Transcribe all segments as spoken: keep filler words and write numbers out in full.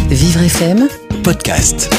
Vivre F M podcast.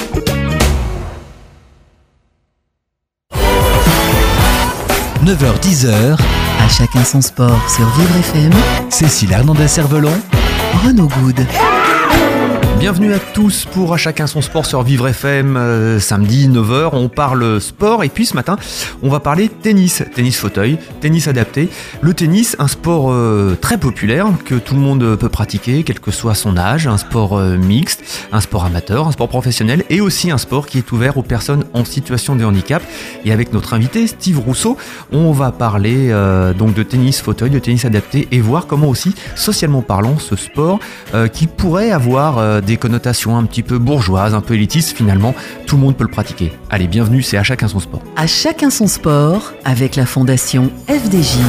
neuf heures dix. À chacun son sport sur Vivre F M. Cécile Hernandez-Cervelon, Renaud Good. Bienvenue à tous pour À chacun son sport sur Vivre F M, euh, samedi neuf heures, on parle sport et puis ce matin on va parler tennis, tennis fauteuil, tennis adapté. Le tennis, un sport euh, très populaire que tout le monde peut pratiquer, quel que soit son âge, un sport euh, mixte, un sport amateur, un sport professionnel et aussi un sport qui est ouvert aux personnes en situation de handicap. Et avec notre invité Steve Rousseau, on va parler euh, donc de tennis fauteuil, de tennis adapté et voir comment aussi, socialement parlant, ce sport euh, qui pourrait avoir euh, des connotations un petit peu bourgeoises, un peu élitistes, finalement, tout le monde peut le pratiquer. Allez, bienvenue, c'est À chacun son sport. À chacun son sport avec la fondation F D J.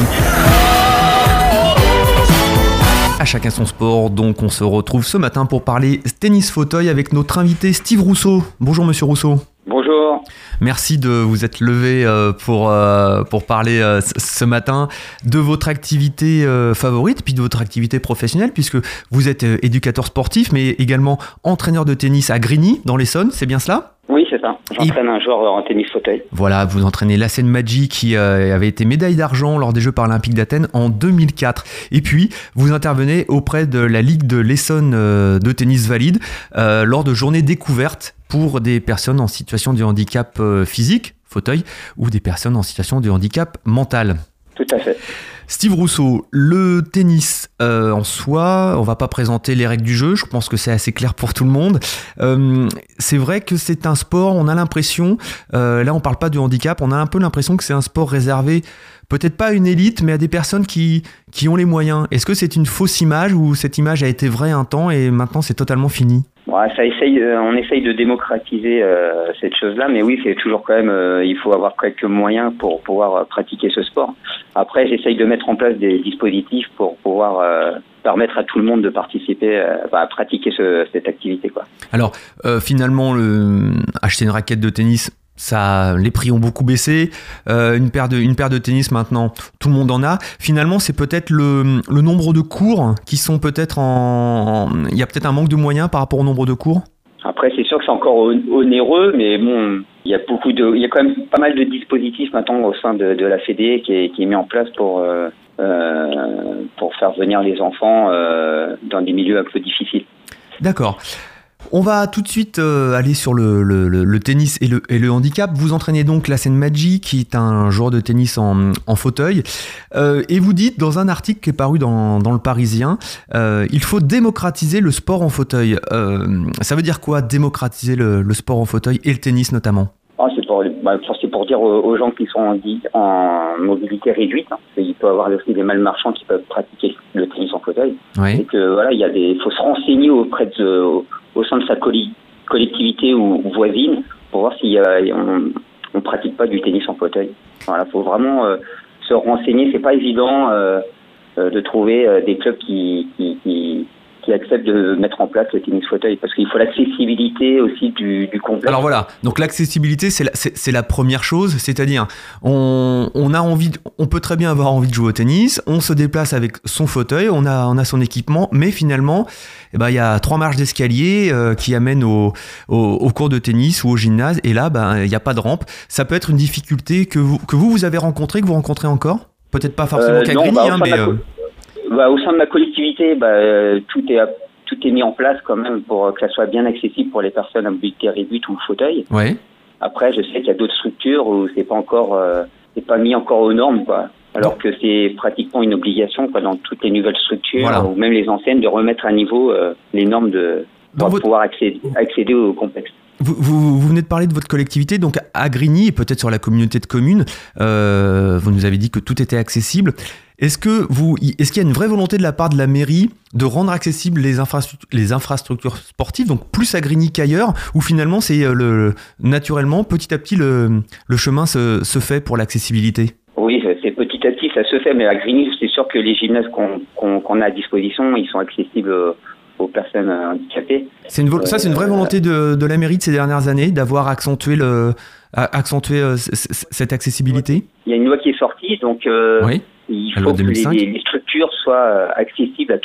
À chacun son sport, donc on se retrouve ce matin pour parler tennis fauteuil avec notre invité Steve Rousseau. Bonjour Monsieur Rousseau. Bonjour. Merci de vous être levé euh, pour, euh, pour parler euh, ce matin de votre activité euh, favorite, puis de votre activité professionnelle, puisque vous êtes euh, éducateur sportif, mais également entraîneur de tennis à Grigny, dans l'Essonne, c'est bien cela ? Oui, c'est ça. J'entraîne Et... un joueur en tennis fauteuil. Voilà, vous entraînez Lassen Madji qui euh, avait été médaille d'argent lors des Jeux paralympiques d'Athènes en deux mille quatre. Et puis, vous intervenez auprès de la Ligue de l'Essonne euh, de tennis valide euh, lors de journées découvertes pour des personnes en situation de handicap euh, physique, fauteuil, ou des personnes en situation de handicap mental. Tout à fait. Steve Rousseau, le tennis euh, en soi, on va pas présenter les règles du jeu, je pense que c'est assez clair pour tout le monde. Euh, c'est vrai que c'est un sport, on a l'impression, euh, là on parle pas du handicap, on a un peu l'impression que c'est un sport réservé, peut-être pas à une élite, mais à des personnes qui, qui ont les moyens. Est-ce que c'est une fausse image ou cette image a été vraie un temps et maintenant c'est totalement fini ? Ouais, ça essaye, euh, on essaye de démocratiser euh, cette chose-là, mais oui, c'est toujours quand même, euh, il faut avoir quelques moyens pour pouvoir euh, pratiquer ce sport. Après, j'essaye de mettre en place des dispositifs pour pouvoir euh, permettre à tout le monde de participer, euh, à pratiquer ce, cette activité, quoi. Alors, euh, finalement, le, acheter une raquette de tennis, ça, les prix ont beaucoup baissé. Euh, une paire de, une paire de tennis maintenant, tout le monde en a. Finalement, c'est peut-être le, le nombre de cours qui sont peut-être en, en, il y a peut-être un manque de moyens par rapport au nombre de cours. Après, c'est sûr que c'est encore onéreux, mais bon, il y a beaucoup de, il y a quand même pas mal de dispositifs maintenant au sein de, de la Fédé qui est, qui est mis en place pour, euh, euh, pour faire venir les enfants euh, dans des milieux un peu difficiles. D'accord. On va tout de suite euh, aller sur le, le, le, le tennis et le, et le handicap. Vous entraînez donc Lassen Madji, qui est un joueur de tennis en, en fauteuil. Euh, et vous dites dans un article qui est paru dans, dans Le Parisien, euh, il faut démocratiser le sport en fauteuil. Euh, ça veut dire quoi, démocratiser le, le sport en fauteuil et le tennis notamment ? Ah, c'est, pour, bah, c'est pour dire aux, aux gens qui sont en, en mobilité réduite, hein, il peut y avoir aussi des malmarchants qui peuvent pratiquer le tennis en fauteuil. Oui. Et que voilà, il y a des, faut se renseigner auprès de, au, au sein de sa colli- collectivité ou, ou voisine pour voir si euh, on, on pratique pas du tennis en fauteuil. Voilà, faut vraiment euh, se renseigner. C'est pas évident euh, euh, de trouver euh, des clubs qui, qui, qui qui acceptent de mettre en place le tennis fauteuil, parce qu'il faut l'accessibilité aussi du, du complexe. Alors voilà, donc l'accessibilité, c'est la, c'est, c'est la première chose, c'est-à-dire on, on a envie, on peut très bien avoir envie de jouer au tennis, on se déplace avec son fauteuil, on a, on a son équipement, mais finalement, eh ben, il y a trois marches d'escalier euh, qui amènent au, au, au cours de tennis ou au gymnase, et là, ben, il n'y a pas de rampe. Ça peut être une difficulté que vous, que vous, vous avez rencontrée, que vous rencontrez encore ? Peut-être pas forcément euh, qu'à Grigny, bah, hein, mais... Euh... Bah, au sein de ma collectivité, bah, euh, tout est tout est mis en place quand même pour que ça soit bien accessible pour les personnes à mobilité réduite ou fauteuil. Ouais. Après, je sais qu'il y a d'autres structures où c'est pas encore euh, c'est pas mis encore aux normes, quoi. Alors bon. que c'est pratiquement une obligation, quoi, dans toutes les nouvelles structures, voilà. Ou même les anciennes, de remettre à niveau euh, les normes de pour votre... pouvoir accéder, accéder au complexe. Vous, vous, vous venez de parler de votre collectivité, donc à Grigny et peut-être sur la communauté de communes, euh, vous nous avez dit que tout était accessible. Est-ce que vous, est-ce qu'il y a une vraie volonté de la part de la mairie de rendre accessibles les, infrastru- les infrastructures sportives, donc plus à Grigny qu'ailleurs, ou finalement c'est le, naturellement, petit à petit, le, le chemin se, se fait pour l'accessibilité ? Oui, c'est petit à petit, ça se fait, mais à Grigny, c'est sûr que les gymnases qu'on, qu'on, qu'on a à disposition, ils sont accessibles aux personnes handicapées. C'est une vo- euh, ça, c'est une vraie volonté de, de la mairie de ces dernières années, d'avoir accentué, le, accentué euh, c- c- cette accessibilité ? Il y a une loi qui est sortie, donc euh, oui. il faut que les, les structures soient accessibles à tous.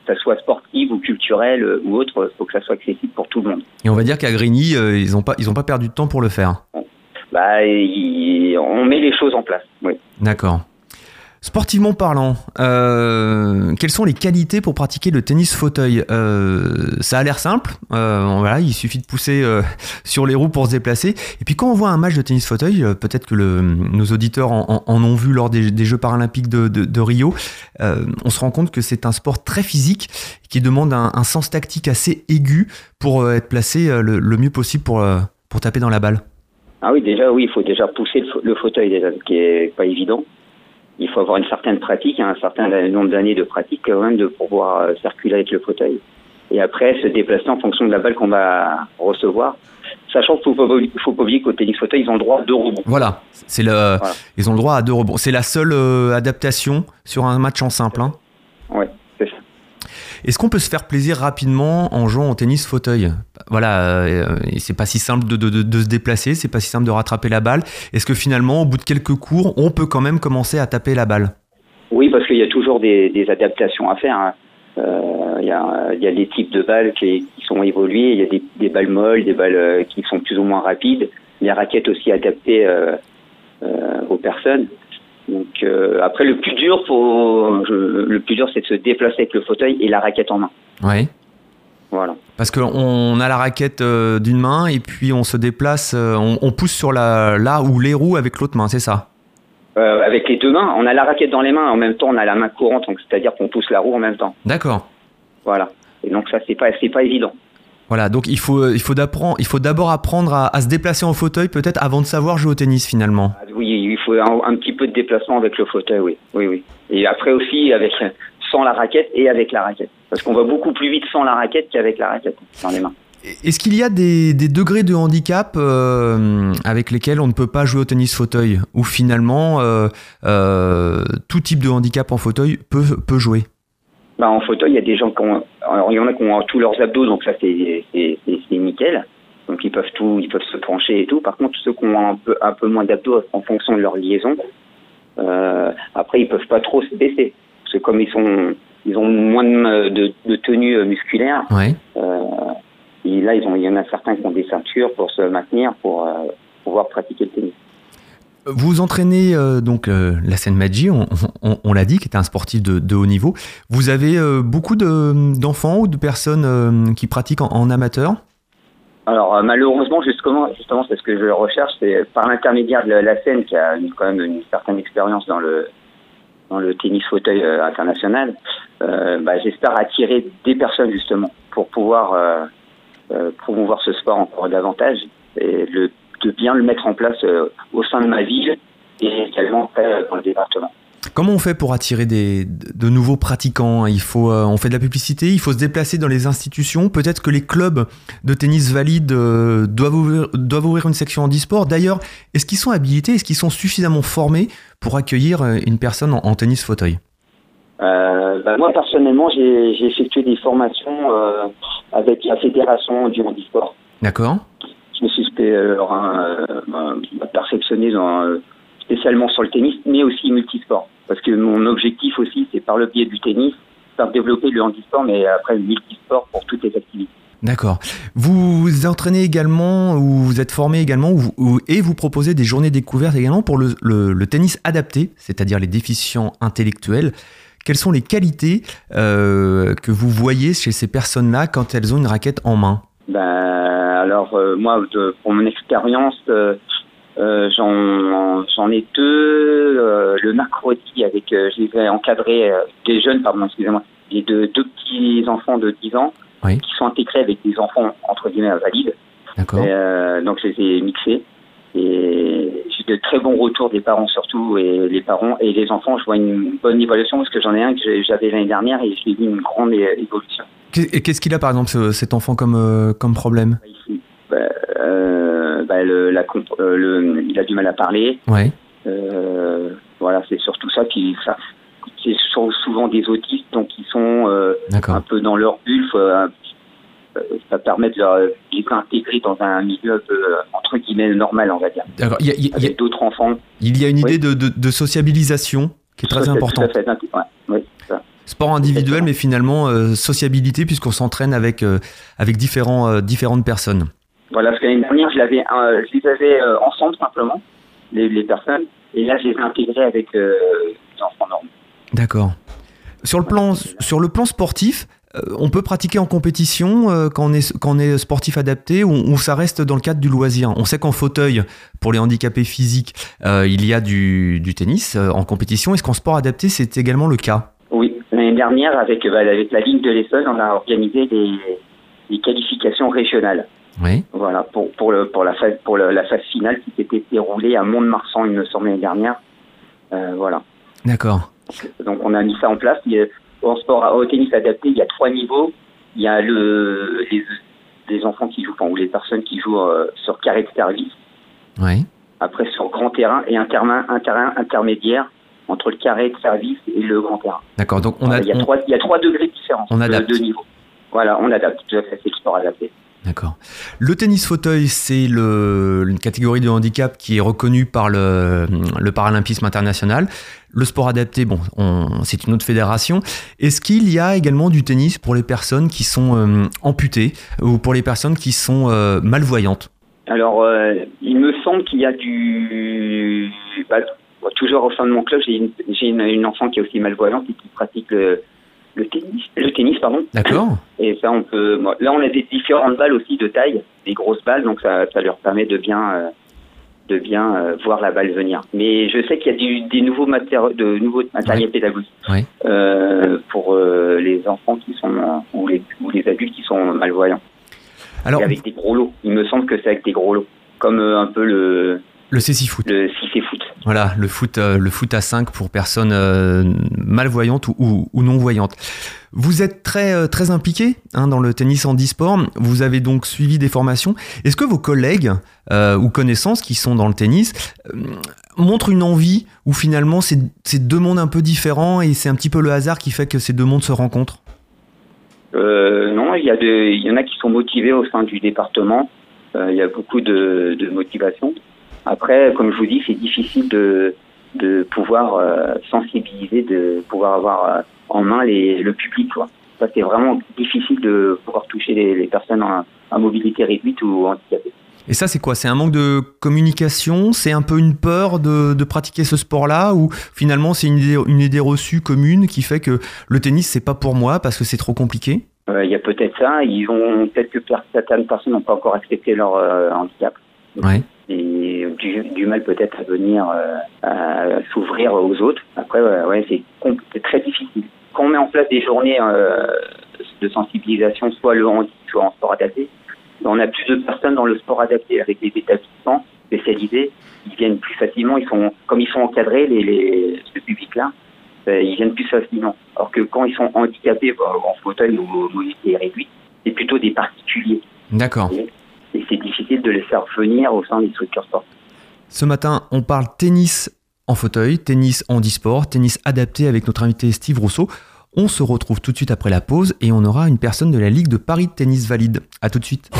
ça soit sportive ou culturelle euh, ou autre, il faut que ça soit accessible pour tout le monde. Et on va dire qu'à Grigny, euh, ils n'ont pas, ils ont pas perdu de temps pour le faire. Bah, il, on met les choses en place, oui. D'accord. Sportivement parlant, euh, quelles sont les qualités pour pratiquer le tennis fauteuil ? euh, Ça a l'air simple, euh, voilà, il suffit de pousser euh, sur les roues pour se déplacer. Et puis quand on voit un match de tennis fauteuil, euh, peut-être que le, nos auditeurs en, en, en ont vu lors des, des Jeux paralympiques de, de, de Rio, euh, on se rend compte que c'est un sport très physique qui demande un, un sens tactique assez aigu pour euh, être placé euh, le, le mieux possible pour, euh, pour taper dans la balle. Ah oui, déjà, oui, il faut déjà pousser le, le fauteuil, déjà, ce qui est pas évident. Il faut avoir une certaine pratique, un certain nombre d'années de pratique quand même de pouvoir euh, circuler avec le fauteuil. Et après, se déplacer en fonction de la balle qu'on va recevoir. Sachant qu'il ne faut, faut pas oublier qu'au tennis fauteuil, ils ont le droit à deux rebonds. Voilà, c'est le, voilà. Ils ont le droit à deux rebonds. C'est la seule euh, adaptation sur un match en simple. Hein. Oui, c'est ça. Est-ce qu'on peut se faire plaisir rapidement en jouant au tennis fauteuil ? Voilà, euh, c'est pas si simple de, de, de, de se déplacer, c'est pas si simple de rattraper la balle. Est-ce que finalement, au bout de quelques cours, on peut quand même commencer à taper la balle ? Oui, parce qu'il y a toujours des, des adaptations à faire. Hein. Euh, il y a, il y a des types de balles qui, qui sont évoluées. Il y a des, des balles molles, des balles qui sont plus ou moins rapides. Les raquettes aussi adaptées euh, euh, aux personnes. Donc euh, après, le plus dur, faut, je, le plus dur, c'est de se déplacer avec le fauteuil et la raquette en main. Oui. Voilà. Parce qu'on a la raquette euh, d'une main et puis on se déplace, euh, on, on pousse sur la, là ou les roues avec l'autre main, c'est ça ? euh, Avec les deux mains, on a la raquette dans les mains, en même temps on a la main courante, donc c'est-à-dire qu'on pousse la roue en même temps. D'accord. Voilà. Et donc ça, c'est pas, c'est pas évident. Voilà, donc il faut, il faut, il faut d'abord apprendre à, à se déplacer en fauteuil peut-être avant de savoir jouer au tennis finalement. Oui, il faut un, un petit peu de déplacement avec le fauteuil, oui. oui, oui. Et après aussi avec sans la raquette et avec la raquette. Parce qu'on va beaucoup plus vite sans la raquette qu'avec la raquette dans les mains. Est-ce qu'il y a des, des degrés de handicap euh, avec lesquels on ne peut pas jouer au tennis fauteuil ? Ou finalement, euh, euh, tout type de handicap en fauteuil peut, peut jouer ? Bah, en fauteuil, il y a des gens qui ont, alors il y en a qui ont tous leurs abdos, donc ça c'est, c'est, c'est, c'est nickel. Donc ils peuvent tout, ils peuvent se pencher et tout. Par contre, ceux qui ont un peu, un peu moins d'abdos en fonction de leur liaison, euh, après ils peuvent pas trop se baisser. Parce que comme ils sont, ils ont moins de, de, de tenue musculaire. Ouais. Euh, et là, ils ont, il y en a certains qui ont des ceintures pour se maintenir, pour euh, pouvoir pratiquer le tennis. Vous entraînez euh, donc euh, Lassène Madji, on, on, on l'a dit, qui est un sportif de, de haut niveau. Vous avez euh, beaucoup de, d'enfants ou de personnes euh, qui pratiquent en, en amateur ? Alors euh, malheureusement, justement, justement, c'est ce que je recherche, c'est par l'intermédiaire de Lassène, qui a une, quand même une certaine expérience dans le dans le tennis fauteuil euh, international. Euh, bah, j'espère attirer des personnes justement pour pouvoir euh, euh, promouvoir ce sport encore davantage et le de bien le mettre en place euh, au sein de ma ville et également après euh, dans le département. Comment on fait pour attirer des, de nouveaux pratiquants ? Il faut, euh, on fait de la publicité, il faut se déplacer dans les institutions. Peut-être que les clubs de tennis valides euh, doivent, ouvrir, doivent ouvrir une section handisport. D'ailleurs, est-ce qu'ils sont habilités ? Est-ce qu'ils sont suffisamment formés pour accueillir une personne en, en tennis fauteuil ? euh, bah Moi, personnellement, j'ai, j'ai effectué des formations euh, avec la Fédération du handisport. D'accord. Je me suis euh, euh, perfectionné dans, euh, spécialement sur le tennis, mais aussi multisport. Parce que mon objectif aussi, c'est par le biais du tennis, faire développer le handisport, mais après le multisport pour toutes les activités. D'accord. Vous vous entraînez également, ou vous êtes formé également, ou, ou, et vous proposez des journées découvertes également pour le, le, le tennis adapté, c'est-à-dire les déficients intellectuels. Quelles sont les qualités euh, que vous voyez chez ces personnes-là quand elles ont une raquette en main ? Ben, alors euh, moi, de, pour mon expérience, euh, euh, j'en, j'en ai deux. Euh, le mercredi, avec, euh, je les ai encadrés, euh, des jeunes, pardon, excusez-moi, j'ai deux, deux petits enfants de dix ans oui. qui sont intégrés avec des enfants entre guillemets valides. D'accord. Et, euh, donc je les ai mixés et j'ai de très bons retours des parents surtout, et les parents et les enfants, je vois une bonne évaluation parce que j'en ai un que j'avais l'année dernière et je l'ai vu une grande évolution. Et qu'est-ce qu'il a par exemple ce, cet enfant comme euh, comme problème ? Ici, bah, euh, bah, le, la, euh, le, il a du mal à parler. Ouais. Euh, voilà, c'est surtout ça qui, ça, c'est souvent des autistes, donc ils sont euh, un peu dans leur bulle. Euh, ça permet de leur, les intégrer dans un milieu un peu, entre guillemets normal, on va dire. D'accord. Il y a, il y a, avec d'autres enfants. Il y a une idée oui. de, de, de sociabilisation qui est très ça, importante. Tout à fait. Ouais, oui, ça. Sport individuel, mais finalement euh, sociabilité, puisqu'on s'entraîne avec, euh, avec différents, euh, différentes personnes. Voilà, parce que l'année dernière, je, l'avais, euh, je les avais euh, ensemble simplement, les, les personnes, et là, je les ai intégrés avec euh, les enfants normaux. D'accord. Sur le plan, sur le plan sportif, euh, on peut pratiquer en compétition euh, quand, on est, quand on est sportif adapté ou, ou ça reste dans le cadre du loisir. On sait qu'en fauteuil, pour les handicapés physiques, euh, il y a du, du tennis euh, en compétition. Est-ce qu'en sport adapté, c'est également le cas ? Oui, l'année dernière, avec, bah, avec la Ligue de l'Essonne, on a organisé des, des qualifications régionales. Oui. Voilà, pour, pour, le, pour, la, phase, pour le, la phase finale qui s'était déroulée à Mont-de-Marsan, il me semble, l'année dernière. Euh, voilà. D'accord. Donc on a mis ça en place. Il y a, en sport, au tennis adapté, il y a trois niveaux. Il y a le, les, les enfants qui jouent, enfin, ou les personnes qui jouent euh, sur carré de service. Oui. Après sur grand terrain et un terrain, un terrain intermédiaire entre le carré de service et le grand terrain. D'accord. Donc on a. Il y a on... trois, il y a trois degrés de différence. On adapte. De, de niveau. Voilà, on adapte. Tout à fait, c'est le sport adapté. D'accord. Le tennis fauteuil, c'est le, une catégorie de handicap qui est reconnue par le, le paralympisme international. Le sport adapté, bon, on, c'est une autre fédération. Est-ce qu'il y a également du tennis pour les personnes qui sont euh, amputées ou pour les personnes qui sont euh, malvoyantes ? Alors, euh, il me semble qu'il y a du... Bah, toujours au sein de mon club, j'ai une, j'ai une, une enfant qui est aussi malvoyante et qui pratique le... Le tennis, le tennis, pardon. D'accord. Et ça, on peut. Bon, là, on a des différentes balles aussi de taille, des grosses balles, donc ça, ça leur permet de bien, euh, de bien euh, voir la balle venir. Mais je sais qu'il y a du, des nouveaux matériaux, de nouveaux matériels ouais. pédagogiques ouais. euh, pour euh, les enfants qui sont ou les ou les adultes qui sont malvoyants. Alors, et avec des gros lots. Il me semble que c'est avec des gros lots, comme euh, un peu le. Le C six foot. Le six foot. Voilà, le foot, euh, le foot à cinq pour personnes euh, malvoyantes ou, ou, ou non-voyantes. Vous êtes très, euh, très impliqué hein, dans le tennis handisport. Vous avez donc suivi des formations. Est-ce que vos collègues euh, ou connaissances qui sont dans le tennis euh, montrent une envie ou finalement c'est, c'est deux mondes un peu différents et c'est un petit peu le hasard qui fait que ces deux mondes se rencontrent ? euh, Non, il y a de, il y en a qui sont motivés au sein du département. Euh, il y a beaucoup de, de motivation. Après, comme je vous dis, c'est difficile de, de pouvoir euh, sensibiliser, de pouvoir avoir euh, en main les, le public, quoi. Ça, c'est vraiment difficile de pouvoir toucher les, les personnes en, en mobilité réduite ou handicapées. Et ça, c'est quoi ? C'est un manque de communication ? C'est un peu une peur de, de pratiquer ce sport-là ? Ou finalement, c'est une idée, une idée reçue commune qui fait que le tennis, c'est pas pour moi parce que c'est trop compliqué ? Euh, il y a peut-être ça. Ils ont, peut-être que certaines personnes n'ont pas encore accepté leur euh, handicap. Ouais. Et du, du mal peut-être à venir euh, à s'ouvrir aux autres. Après, ouais, ouais, c'est, c'est très difficile. Quand on met en place des journées euh, de sensibilisation, soit le handicap, soit en sport adapté, on a plus de personnes dans le sport adapté avec des établissements spécialisés. Ils viennent plus facilement. Ils sont, comme ils sont encadrés, les, les, ce public-là, euh, ils viennent plus facilement. Alors que quand ils sont handicapés, bah, en fauteuil ou mobilité réduite, c'est plutôt des particuliers. D'accord. Et, et c'est difficile de les faire venir au sein des structures sportives. Ce matin, on parle tennis en fauteuil, tennis handisport, tennis adapté avec notre invité Steve Rousseau. On se retrouve tout de suite après la pause et on aura une personne de la Ligue de Paris de tennis valide. À tout de suite.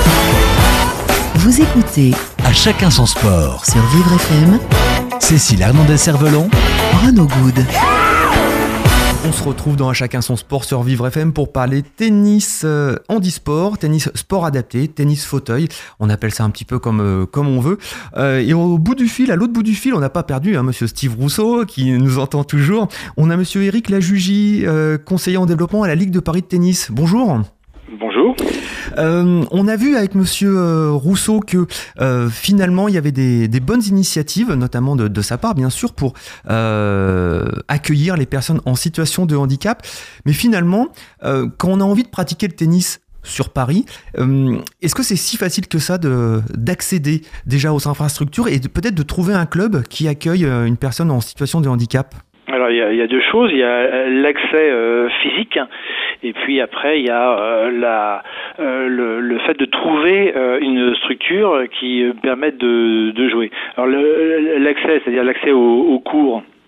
Vous écoutez À chacun son sport. sur Vivre F M, Cécile Hernandez-Cervelon, Renaud Good. On se retrouve dans À chacun son sport sur Vivre F M pour parler tennis euh, handisport, tennis sport adapté, tennis fauteuil. On appelle ça un petit peu comme, euh, comme on veut. Euh, et au bout du fil, à l'autre bout du fil, on n'a pas perdu hein, monsieur Steve Rousseau qui nous entend toujours. On a monsieur Éric Lajugie, euh, conseiller en développement à la Ligue de Paris de tennis. Bonjour. Bonjour. Euh, on a vu avec monsieur euh, Rousseau que euh, finalement il y avait des, des bonnes initiatives, notamment de, de sa part bien sûr, pour euh, accueillir les personnes en situation de handicap. Mais finalement, euh, quand on a envie de pratiquer le tennis sur Paris, euh, est-ce que c'est si facile que ça de, d'accéder déjà aux infrastructures et de, peut-être de trouver un club qui accueille une personne en situation de handicap ? Alors il y a, il y a deux choses, il y a l'accès euh, physique et puis après il y a euh, la, euh, le, le fait de trouver euh, une structure qui permette de, de jouer. Alors le, l'accès, c'est-à-dire l'accès aux, aux cours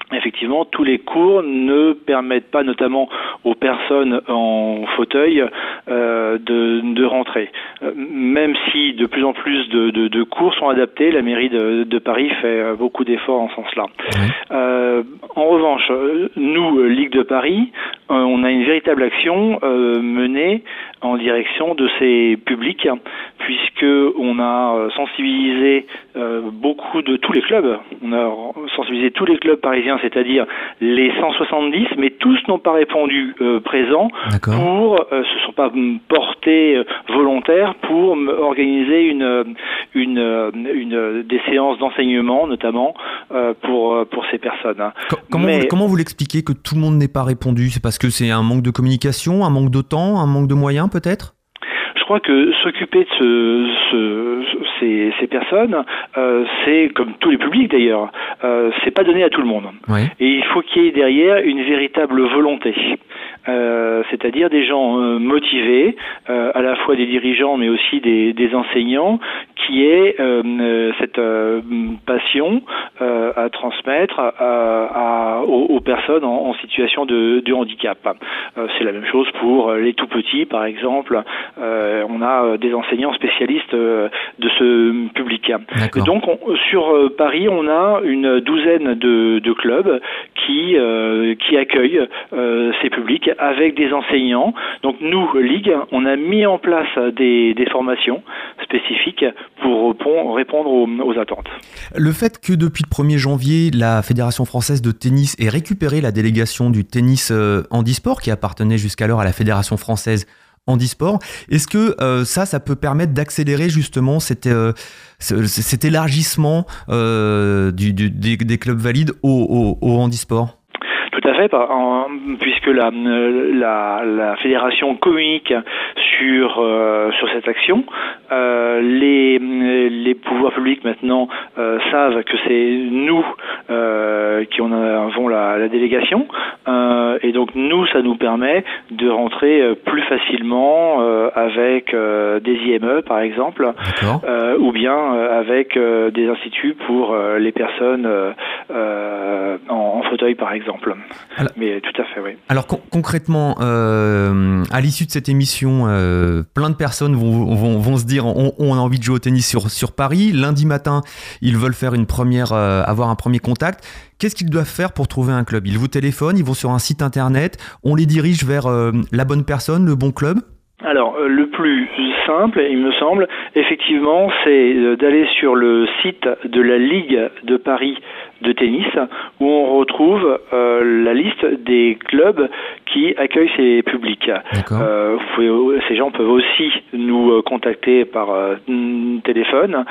effectivement, tous les cours ne permettent pas, notamment aux personnes en fauteuil, euh, de, de rentrer. Euh, même si de plus en plus de, de, de cours sont adaptés, la mairie de, de Paris fait beaucoup d'efforts en ce sens-là. Mmh. Euh, en revanche, nous, Ligue de Paris, euh, on a une véritable action euh, menée en direction de ces publics, puisque on a sensibilisé euh, beaucoup de tous les clubs. On a sensibilisé tous les clubs parisiens, c'est-à-dire les cent soixante-dix, mais tous n'ont pas répondu euh, présent. D'accord. Pour, euh, se sont pas portés euh, volontaires pour organiser une, une, une, des séances d'enseignement, notamment euh, pour pour ces personnes. Comment, mais, vous, comment vous l'expliquez que tout le monde n'ait pas répondu? C'est parce que c'est un manque de communication, un manque de temps, un manque de moyens, peut-être? Je crois que s'occuper de ce, ce, ces, ces personnes, euh, c'est comme tous les publics d'ailleurs, euh, c'est pas donné à tout le monde. Oui. Et il faut qu'il y ait derrière une véritable volonté. Euh, c'est-à-dire des gens euh, motivés, euh, à la fois des dirigeants mais aussi des, des enseignants, qui aient euh, cette euh, passion euh, à transmettre à, à, aux, aux personnes en, en situation de, de handicap. Euh, c'est la même chose pour les tout-petits, par exemple. Euh, on a des enseignants spécialistes euh, de ce public. D'accord. Donc on, sur euh, Paris, on a une douzaine de, de clubs qui, euh, qui accueillent euh, ces publics avec des enseignants. Donc nous, Ligue, on a mis en place des, des formations spécifiques pour répondre aux, aux attentes. Le fait que depuis le premier janvier, la Fédération française de tennis ait récupéré la délégation du tennis euh, handisport qui appartenait jusqu'alors à la Fédération française handisport, est-ce que euh, ça, ça peut permettre d'accélérer justement cet, euh, cet élargissement euh, du, du, des, des clubs valides au, au, au handisport ? Tout à fait, puisque la, la, la fédération communique sur euh, sur cette action. Euh, les les pouvoirs publics maintenant euh, savent que c'est nous euh, qui en avons la, la délégation, euh, et donc nous, ça nous permet de rentrer plus facilement euh, avec euh, des I M E par exemple, euh, ou bien euh, avec euh, des instituts pour euh, les personnes euh, euh, en, en fauteuil par exemple. Alors, mais tout à fait, oui. Alors con- concrètement, euh, à l'issue de cette émission, euh, plein de personnes vont, vont, vont se dire on, on a envie de jouer au tennis sur, sur Paris. Lundi matin, ils veulent faire une première, euh, avoir un premier contact. Qu'est-ce qu'ils doivent faire pour trouver un club? Ils vous téléphonent, ils vont sur un site internet, on les dirige vers euh, la bonne personne, le bon club? Alors, euh, le plus simple, il me semble, effectivement, c'est euh, d'aller sur le site de la Ligue de Paris de tennis, où on retrouve euh, la liste des clubs qui accueillent ces publics. Euh, vous pouvez, ces gens peuvent aussi nous contacter par euh, téléphone,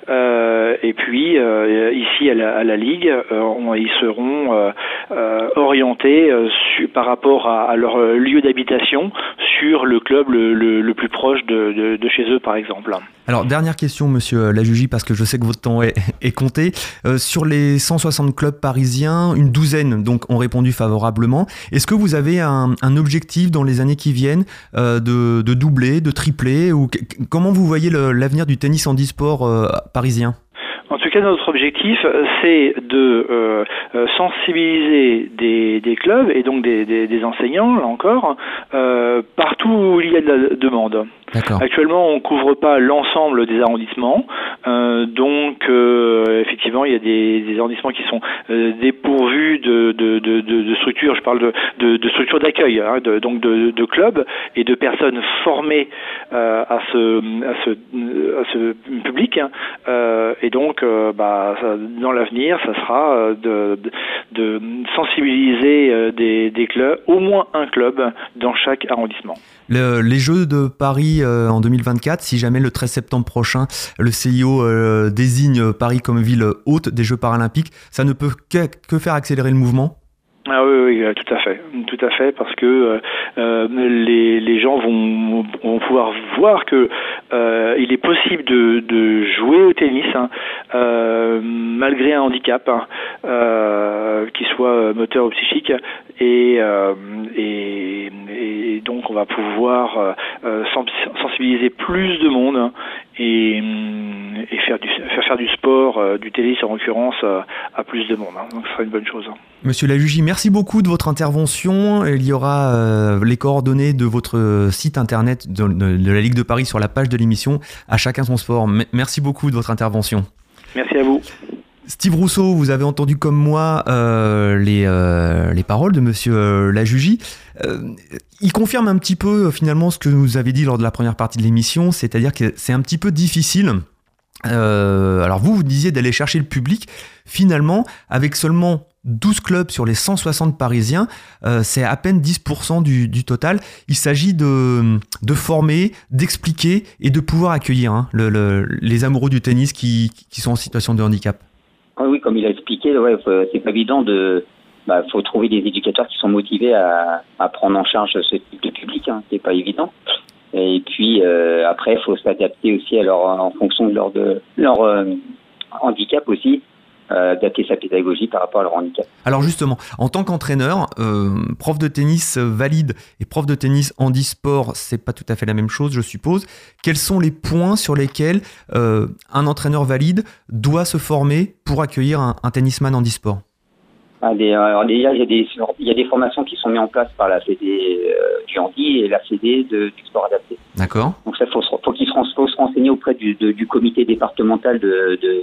euh, et puis euh, ici à la, à la Ligue, euh, on, ils seront euh, euh, orientés euh, su, par rapport à, à leur lieu d'habitation sur le club le, le, le plus proche de, de, de chez eux, par exemple. Alors, dernière question, monsieur Lajugie, parce que je sais que votre temps est, est compté. Euh, sur les cent soixante clubs parisiens, une douzaine donc ont répondu favorablement. Est-ce que vous avez un, un objectif dans les années qui viennent euh, de, de doubler, de tripler, ou qu- comment vous voyez le, l'avenir du tennis handisport euh, parisien ? En tout cas, notre objectif, c'est de euh, sensibiliser des, des clubs et donc des, des, des enseignants, là encore, euh, partout où il y a de la demande. D'accord. Actuellement, on couvre pas l'ensemble des arrondissements, euh, donc euh, effectivement, il y a des, des arrondissements qui sont euh, dépourvus de, de, de, de, de structures. Je parle de, de, de structures d'accueil, hein, de, donc de, de clubs et de personnes formées euh, à ce à ce à ce public, hein, euh, et donc euh, bah, ça, dans l'avenir, ça sera de, de, de sensibiliser euh, des, des clubs, au moins un club dans chaque arrondissement. Le, les Jeux de Paris euh, en deux mille vingt-quatre, si jamais le treize septembre prochain, le C I O euh, désigne Paris comme ville hôte des Jeux paralympiques, ça ne peut que, que faire accélérer le mouvement ? Ah oui, oui, tout à fait, tout à fait, parce que euh, les, les gens vont, vont pouvoir voir que euh, il est possible de, de jouer au tennis, hein, euh, malgré un handicap, hein, euh, qu'il soit moteur ou psychique, et, euh, et, et donc on va pouvoir euh, sensibiliser plus de monde, hein, et, et faire, du, faire faire du sport, euh, du tennis en l'occurrence, à, à plus de monde. Hein. Donc ce sera une bonne chose. Hein. Monsieur Lajugie, merci beaucoup de votre intervention. Il y aura euh, les coordonnées de votre site internet de, de, de la Ligue de Paris sur la page de l'émission À chacun son sport. M- merci beaucoup de votre intervention. Merci à vous. Steve Rousseau, vous avez entendu comme moi euh, les, euh, les paroles de Monsieur euh, Lajugie. Euh, il confirme un petit peu euh, finalement ce que vous avez dit lors de la première partie de l'émission, c'est-à-dire que c'est un petit peu difficile. Euh, alors vous, vous disiez d'aller chercher le public. Finalement, avec seulement douze clubs sur les cent soixante parisiens, euh, c'est à peine dix pour cent du, du total. Il s'agit de, de former, d'expliquer et de pouvoir accueillir hein, le, le, les amoureux du tennis qui, qui sont en situation de handicap. Oui, oui, comme il a expliqué, ouais, c'est pas évident de. Bah, faut trouver des éducateurs qui sont motivés à, à prendre en charge ce type de public, hein, c'est pas évident. Et puis euh, après, il faut s'adapter aussi à leur, en fonction de leur de leur euh, handicap aussi. Euh, adapter sa pédagogie par rapport à leur handicap. Alors justement, en tant qu'entraîneur, euh, prof de tennis valide et prof de tennis handisport, c'est pas tout à fait la même chose, je suppose. Quels sont les points sur lesquels euh, un entraîneur valide doit se former pour accueillir un, un tennisman handisport? Ah, des, alors déjà, il y a des il y a des formations qui sont mises en place par la Fédé euh, du handi et la Fédé de, du sport adapté. D'accord. Donc ça, faut faut qu'ils se, faut se renseigner auprès du, de, du comité départemental de, de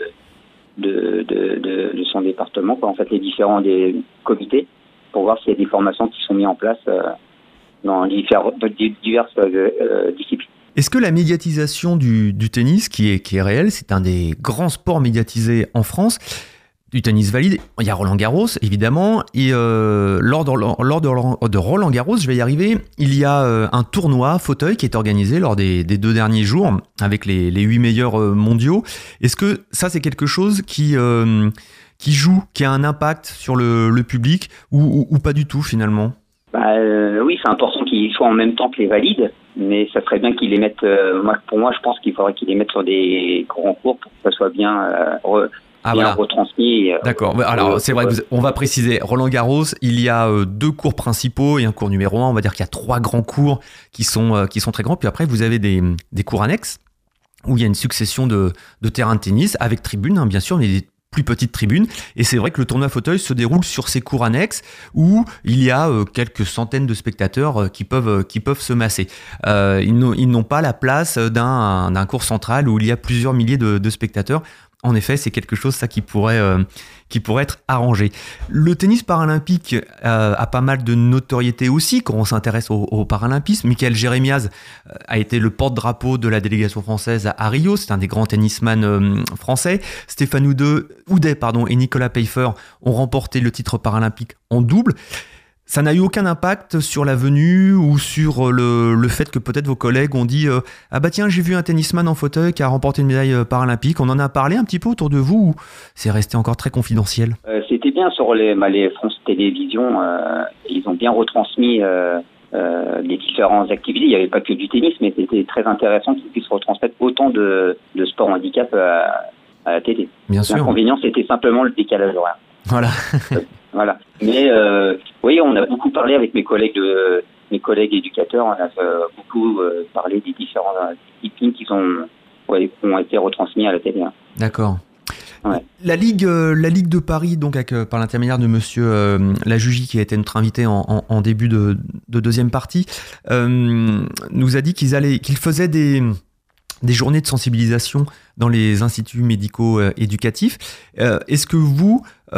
De, de, de, de son département, quoi. En fait les différents des comités, pour voir s'il y a des formations qui sont mises en place euh, dans différentes, diverses euh, disciplines. Est-ce que la médiatisation du, du tennis, qui est, qui est réelle, c'est un des grands sports médiatisés en France, du tennis valide, il y a Roland Garros évidemment, et euh, lors, de, lors de, de Roland Garros, je vais y arriver, il y a euh, un tournoi fauteuil qui est organisé lors des, des deux derniers jours avec les, les huit meilleurs euh, mondiaux. Est-ce que ça c'est quelque chose qui, euh, qui joue, qui a un impact sur le, le public ou, ou, ou pas du tout finalement? Bah, euh, oui, c'est important qu'ils soient en même temps que les valides, mais ça serait bien qu'ils les mettent, euh, moi, pour moi je pense qu'il faudrait qu'ils les mettent sur des grands cours pour que ça soit bien... Euh, re, Ah, voilà. retransmis. D'accord. Alors, c'est vrai que vous, on va préciser. Roland Garros, il y a euh, deux cours principaux et un cours numéro un. On va dire qu'il y a trois grands cours qui sont, euh, qui sont très grands. Puis après, vous avez des, des cours annexes où il y a une succession de, de terrains de tennis avec tribunes, hein, bien sûr, mais des plus petites tribunes. Et c'est vrai que le tournoi fauteuil se déroule sur ces cours annexes où il y a euh, quelques centaines de spectateurs euh, qui peuvent, euh, qui peuvent se masser. Euh, ils, n'ont, ils n'ont pas la place d'un, d'un cours central où il y a plusieurs milliers de, de spectateurs. En effet, c'est quelque chose ça qui pourrait euh, qui pourrait être arrangé. Le tennis paralympique euh, a pas mal de notoriété aussi quand on s'intéresse au, au paralympisme. Michael Jérémiaz a été le porte-drapeau de la délégation française à, à Rio. C'est un des grands tennisman euh, français. Stéphane Houdet, Houdet pardon, et Nicolas Pfeiffer ont remporté le titre paralympique en double. Ça n'a eu aucun impact sur la venue ou sur le, le fait que peut-être vos collègues ont dit euh, « Ah bah tiens, j'ai vu un tennisman en fauteuil qui a remporté une médaille paralympique ». On en a parlé un petit peu autour de vous ou c'est resté encore très confidentiel? euh, C'était bien sur les, bah, les France Télévisions. Euh, ils ont bien retransmis euh, euh, les différentes activités. Il n'y avait pas que du tennis, mais c'était très intéressant qu'ils puissent retransmettre autant de, de sport handicap à, à la télé. Bien sûr. L'inconvénient, c'était simplement le décalage horaire. Voilà. Voilà. Mais euh, oui, on a beaucoup parlé avec mes collègues de mes collègues éducateurs. On a euh, beaucoup euh, parlé des différentes disciplines qui sont ouais, qui ont été retransmises à la télé. Hein. D'accord. Ouais. La Ligue, euh, la Ligue de Paris, donc avec, euh, par l'intermédiaire de Monsieur euh, Lajugie, qui a été notre invité en, en, en début de, de deuxième partie, euh, nous a dit qu'ils allaient, qu'ils faisaient des des journées de sensibilisation dans les instituts médicaux euh, éducatifs. Euh, est-ce que vous,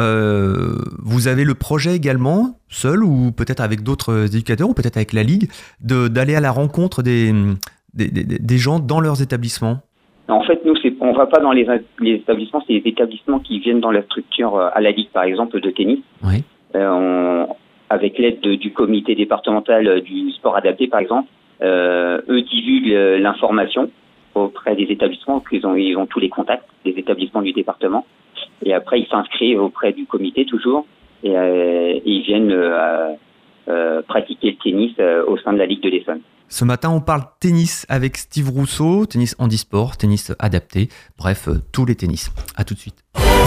euh, vous avez le projet également, seul ou peut-être avec d'autres éducateurs ou peut-être avec la Ligue, de, d'aller à la rencontre des, des, des, des gens dans leurs établissements? En fait, nous, c'est, on ne va pas dans les, les établissements, c'est les établissements qui viennent dans la structure, à la Ligue par exemple, de tennis. Oui. Euh, on, avec l'aide de, du comité départemental du sport adapté par exemple, euh, eux divulguent l'information auprès des établissements, qu'ils ont, ils ont tous les contacts des établissements du département. Et après, ils s'inscrivent auprès du comité toujours et, euh, et ils viennent euh, euh, pratiquer le tennis euh, au sein de la Ligue de l'Essonne. Ce matin, on parle tennis avec Steve Rousseau, tennis handisport, tennis adapté, bref, euh, tous les tennis. À tout de suite.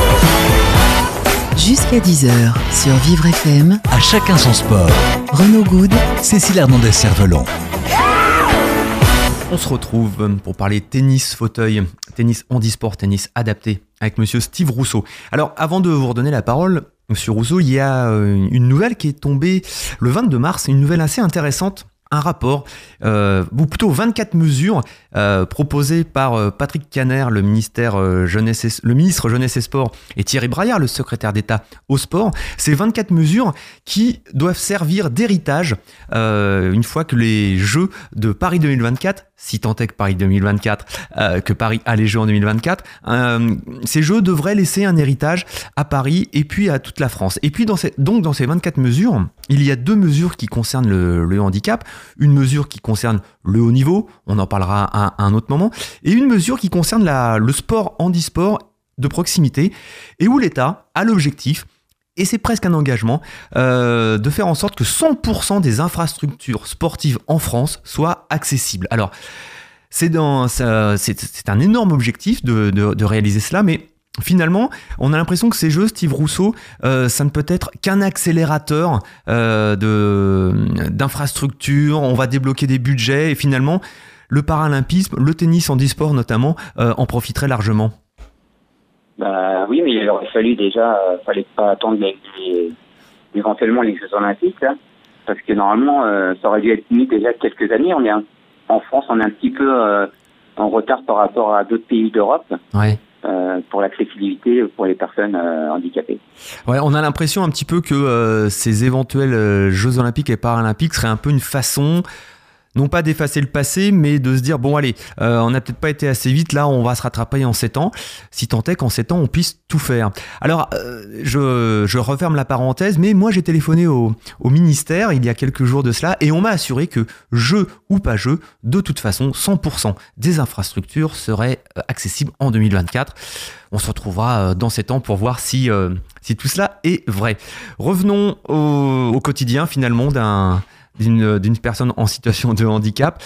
Jusqu'à dix heures sur Vivre F M. À chacun son sport. Renaud Good, Cécile Hernandez-Cervelon. On se retrouve pour parler tennis fauteuil, tennis handisport, tennis adapté avec monsieur Steve Rousseau. Alors avant de vous redonner la parole, monsieur Rousseau, il y a une nouvelle qui est tombée le vingt-deux mars, une nouvelle assez intéressante. Un rapport, euh, ou plutôt vingt-quatre mesures euh, proposées par euh, Patrick Kanner, le, ministère, euh, jeunesse et, le ministre Jeunesse et Sport, et Thierry Braillard, le secrétaire d'État au sport. Ces vingt-quatre mesures qui doivent servir d'héritage euh, une fois que les Jeux de Paris deux mille vingt-quatre, si tant est que Paris deux mille vingt-quatre, euh, que Paris a les Jeux en deux mille vingt-quatre, euh, ces Jeux devraient laisser un héritage à Paris et puis à toute la France. Et puis dans ces, donc dans ces vingt-quatre mesures, il y a deux mesures qui concernent le, le handicap. Une mesure qui concerne le haut niveau, on en parlera à, à un autre moment, et une mesure qui concerne la, le sport handisport de proximité, et où l'État a l'objectif, et c'est presque un engagement, euh, de faire en sorte que cent pour cent des infrastructures sportives en France soient accessibles. Alors, c'est, dans, ça, c'est, c'est un énorme objectif de, de, de réaliser cela, mais finalement, on a l'impression que ces Jeux, Steve Rousseau, euh, ça ne peut être qu'un accélérateur euh, de, d'infrastructures, on va débloquer des budgets, et finalement, le paralympisme, le tennis handisport notamment, euh, en profiterait largement. Bah oui, mais il aurait fallu déjà, euh, fallait pas attendre les, les, éventuellement les Jeux Olympiques, là, parce que normalement, euh, ça aurait dû être mis déjà quelques années. On est un, en France, on est un petit peu euh, en retard par rapport à d'autres pays d'Europe. Ouais. Euh, pour l'accessibilité pour les personnes euh, handicapées. Ouais, on a l'impression un petit peu que euh, ces éventuels euh, Jeux Olympiques et Paralympiques seraient un peu une façon, non pas d'effacer le passé, mais de se dire, bon allez, euh, on n'a peut-être pas été assez vite, là on va se rattraper en sept ans, si tant est qu'en sept ans on puisse tout faire. Alors, euh, je, je referme la parenthèse, mais moi j'ai téléphoné au, au ministère il y a quelques jours de cela, et on m'a assuré que jeu ou pas jeu, de toute façon, cent pour cent des infrastructures seraient accessibles en deux mille vingt-quatre. On se retrouvera dans sept ans pour voir si, euh, si tout cela est vrai. Revenons au, au quotidien finalement d'un... D'une, d'une personne en situation de handicap.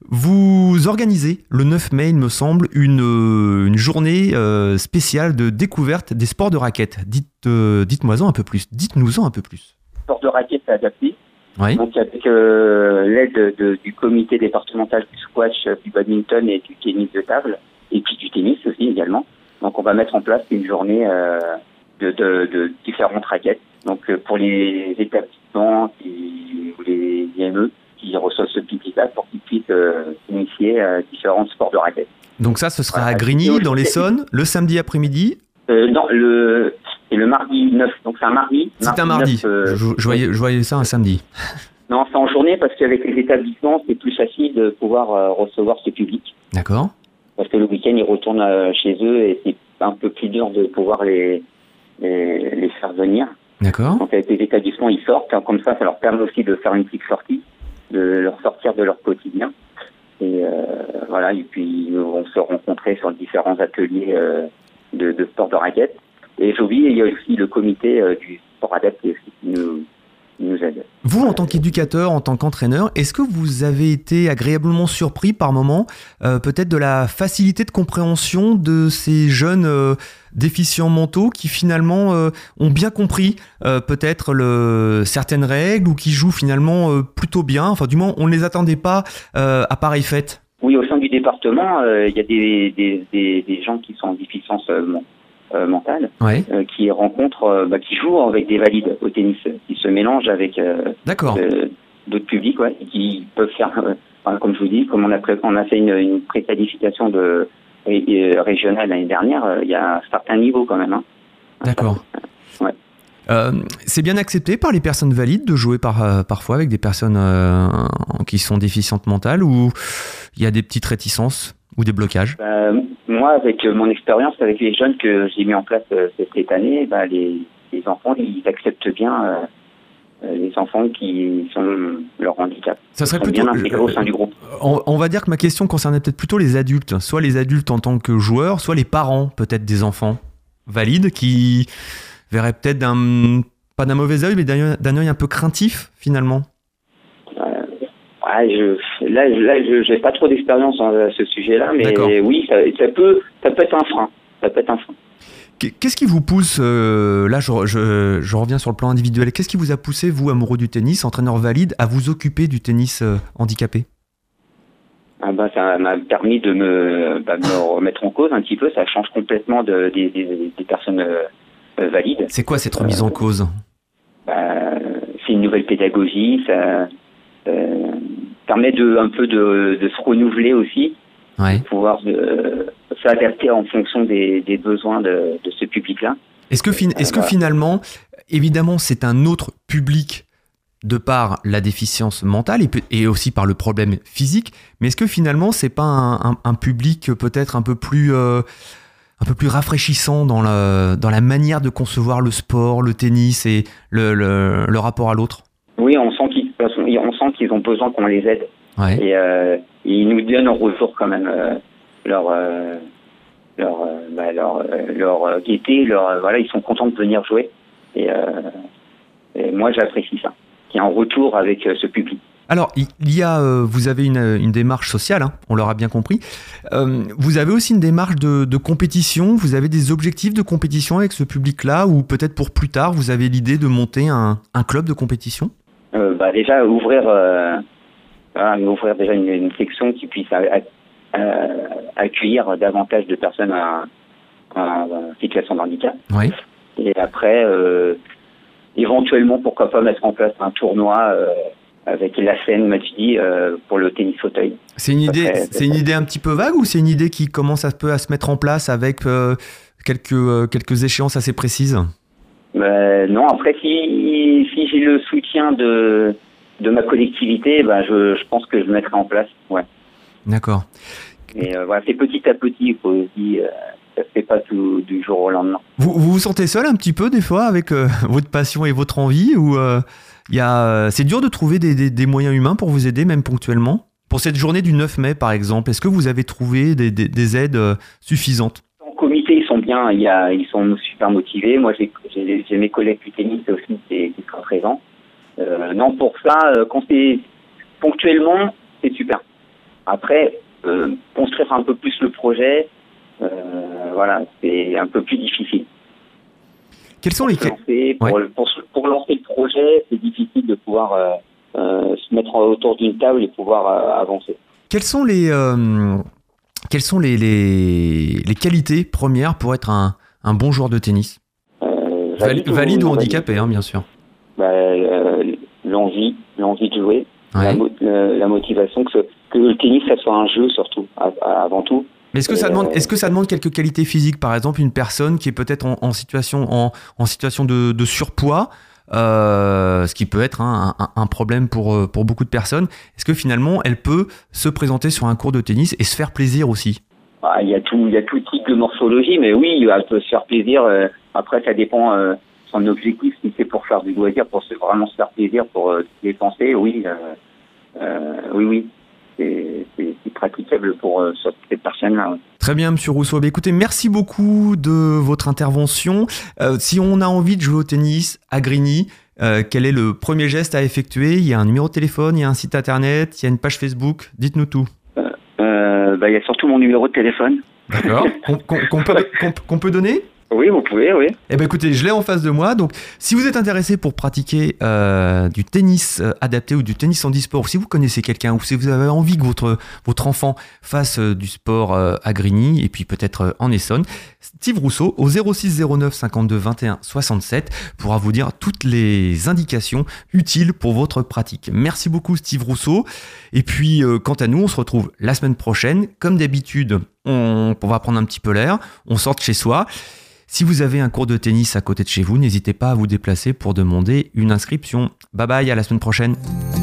Vous organisez le neuf mai, il me semble, une, une journée euh, spéciale de découverte des sports de raquettes. Dites, euh, dites-moi-en un peu plus. Dites-nous-en un peu plus. Sport de raquettes adapté. Oui. Donc avec euh, l'aide de, de, du comité départemental du squash, du badminton et du tennis de table, et puis du tennis aussi également. Donc on va mettre en place une journée euh, de, de, de différentes raquettes. Donc euh, pour les établissements qui, ou les I M E qui reçoivent ce public-là pour qu'ils puissent euh, initier euh, différents sports de raquettes. Donc ça, ce sera voilà, à Grigny, dans l'Essonne, le samedi après-midi. euh, Non, le, c'est le mardi neuf, donc c'est un mardi. C'est mardi un mardi, neuf, euh, je, je, voyais, je voyais ça un samedi. Non, c'est en journée parce qu'avec les établissements, c'est plus facile de pouvoir euh, recevoir ce public. D'accord. Parce que le week-end, ils retournent euh, chez eux et c'est un peu plus dur de pouvoir les, les, les faire venir. D'accord. Donc avec les établissements, ils sortent. Comme ça, ça leur permet aussi de faire une petite sortie, de leur sortir de leur quotidien. Et euh, voilà, et puis ils vont se rencontrer sur différents ateliers euh, de, de sport de raquettes. Et j'ai oublié, il y a aussi le comité euh, du sport adapté aussi qui nous, qui nous aide. Vous, en tant qu'éducateur, en tant qu'entraîneur, est-ce que vous avez été agréablement surpris par moments, euh, peut-être de la facilité de compréhension de ces jeunes euh, déficients mentaux qui finalement euh, ont bien compris euh, peut-être le, certaines règles ou qui jouent finalement euh, plutôt bien, enfin du moins on ne les attendait pas euh, à pareille fête? Oui, au sein du département, euh, il y a des, des, des, des gens qui sont en déficience euh, euh, mentale, ouais. euh, qui rencontrent, euh, bah, qui jouent avec des valides au tennis, qui se mélangent avec euh, euh, d'autres publics, ouais, et qui peuvent faire, euh, enfin, comme je vous dis, comme on a, pré- on a fait une, une préqualification de ré- régionale l'année dernière, euh, il y a un certain niveau quand même. Hein. D'accord. Ouais. Euh, c'est bien accepté par les personnes valides de jouer par, euh, parfois avec des personnes euh, qui sont déficientes mentales, ou il y a des petites réticences ou des blocages? euh, Moi, avec mon expérience, avec les jeunes que j'ai mis en place euh, cette année, bah, les, les enfants, ils acceptent bien euh, les enfants qui sont leur handicap. Ça serait ils sont plutôt bien intégrés au sein du groupe. On, on va dire que ma question concernait peut-être plutôt les adultes, soit les adultes en tant que joueurs, soit les parents peut-être des enfants valides qui verraient peut-être d'un, pas d'un mauvais œil, mais d'un, d'un œil un peu craintif finalement. Euh, ouais, je, là, là, je n'ai pas trop d'expérience à ce sujet-là, mais D'accord. oui, ça, ça peut, ça peut être un frein. Ça peut être un frein. Qu'est-ce qui vous pousse, euh, là je, je, je reviens sur le plan individuel, qu'est-ce qui vous a poussé, vous amoureux du tennis, entraîneur valide, à vous occuper du tennis euh, handicapé? Ah ben, ça m'a permis de me, bah, me remettre en cause un petit peu. Ça change complètement de, des, des, des personnes euh, valides. C'est quoi cette remise en cause? bah, C'est une nouvelle pédagogie. Ça euh, permet de, un peu de, de se renouveler aussi. Ouais. De pouvoir euh, s'adapter en fonction des, des besoins de, de ce public-là. Est-ce que, fin- est-ce que finalement, évidemment, c'est un autre public de par la déficience mentale et, pe- et aussi par le problème physique, mais est-ce que finalement, c'est pas un, un, un public peut-être un peu plus, euh, un peu plus rafraîchissant dans la, dans la manière de concevoir le sport, le tennis et le, le, le rapport à l'autre? Oui, on sent qu'ils, on sent qu'ils ont besoin qu'on les aide. Ouais. Et euh, ils nous donnent en retour quand même euh, leur, euh, leur, euh, bah, leur, euh, leur gaieté, leur, euh, voilà, ils sont contents de venir jouer. Et, euh, et moi, j'apprécie ça. Qu'il y ait un retour avec euh, ce public. Alors, il y a, euh, vous avez une, une démarche sociale, hein, on l'aura bien compris. Euh, vous avez aussi une démarche de, de compétition. Vous avez des objectifs de compétition avec ce public-là, ou peut-être pour plus tard, vous avez l'idée de monter un, un club de compétition? euh, bah, Déjà, ouvrir, euh, voilà, ouvrir déjà une, une section qui puisse a, a, a, accueillir davantage de personnes en situation de handicap. Oui. Et après, euh, éventuellement, pourquoi pas mettre en place un tournoi euh, avec la scène Matudi euh, pour le tennis fauteuil. C'est une idée, serait, c'est une idée un petit peu vague, ou c'est une idée qui commence à, peu à se mettre en place avec euh, quelques, euh, quelques échéances assez précises? euh, Non, après, si, si j'ai le soutien de, de ma collectivité, ben je, je pense que je le mettrai en place. Ouais. D'accord. Mais euh, voilà, c'est petit à petit, il faut aussi... Euh, ça se fait pas tout, du jour au lendemain. Vous vous, vous sentez seul un petit peu des fois avec euh, votre passion et votre envie, ou euh, y a, c'est dur de trouver des, des, des moyens humains pour vous aider, même ponctuellement? Pour cette journée du neuf mai, par exemple, est-ce que vous avez trouvé des, des, des aides euh, suffisantes? En comité, ils sont bien, il y a, ils sont super motivés. Moi, j'ai, j'ai, j'ai mes collègues du tennis aussi qui, qui sont présents. Euh, non, pour ça, euh, quand c'est ponctuellement, c'est super. Après, euh, construire un peu plus le projet, Euh, voilà, c'est un peu plus difficile. Quels sont les... Lancer, pour, ouais. pour, pour lancer le projet, c'est difficile de pouvoir euh, euh, se mettre autour d'une table et pouvoir euh, avancer. Quelles sont les, euh, quelles sont les, les, les qualités premières pour être un, un bon joueur de tennis? euh, Valide, valide ou, ou handicapé, hein, bien sûr. Bah, euh, l'envie, l'envie de jouer, ouais. la, euh, la motivation, que, ce, que le tennis, ça soit un jeu surtout, à, à, avant tout. Mais est-ce que, ça demande, est-ce que ça demande quelques qualités physiques? Par exemple, une personne qui est peut-être en, en situation, en, en situation de, de surpoids, euh, ce qui peut être hein, un, un problème pour, pour beaucoup de personnes. Est-ce que finalement, elle peut se présenter sur un cours de tennis et se faire plaisir aussi? Ah, il y a tout, il y a tout type de morphologie, mais oui, elle peut se faire plaisir. Euh, après, ça dépend euh, son objectif. Si c'est pour faire du loisir, pour se, vraiment se faire plaisir, pour euh, dépenser, oui, euh, euh, oui, oui. C'est, c'est, c'est praticable pour euh, cette personne-là. Très bien, Monsieur Rousseau. Bah, écoutez, merci beaucoup de votre intervention. Euh, si on a envie de jouer au tennis à Grigny, euh, quel est le premier geste à effectuer? Il y a un numéro de téléphone, il y a un site internet, il y a une page Facebook. Dites-nous tout. Euh, euh, bah, il y a surtout mon numéro de téléphone. D'accord. qu'on, qu'on, qu'on, peut, qu'on, qu'on peut donner? Oui, vous pouvez, oui. Eh ben écoutez, je l'ai en face de moi. Donc, si vous êtes intéressé pour pratiquer euh, du tennis euh, adapté ou du tennis handisport, ou si vous connaissez quelqu'un, ou si vous avez envie que votre votre enfant fasse euh, du sport euh, à Grigny et puis peut-être euh, en Essonne, Steve Rousseau au zéro six zéro neuf cinquante-deux vingt et un soixante-sept pourra vous dire toutes les indications utiles pour votre pratique. Merci beaucoup, Steve Rousseau. Et puis, euh, quant à nous, on se retrouve la semaine prochaine. Comme d'habitude, on, on va prendre un petit peu l'air, on sort de chez soi. Si vous avez un cours de tennis à côté de chez vous, n'hésitez pas à vous déplacer pour demander une inscription. Bye bye, à la semaine prochaine.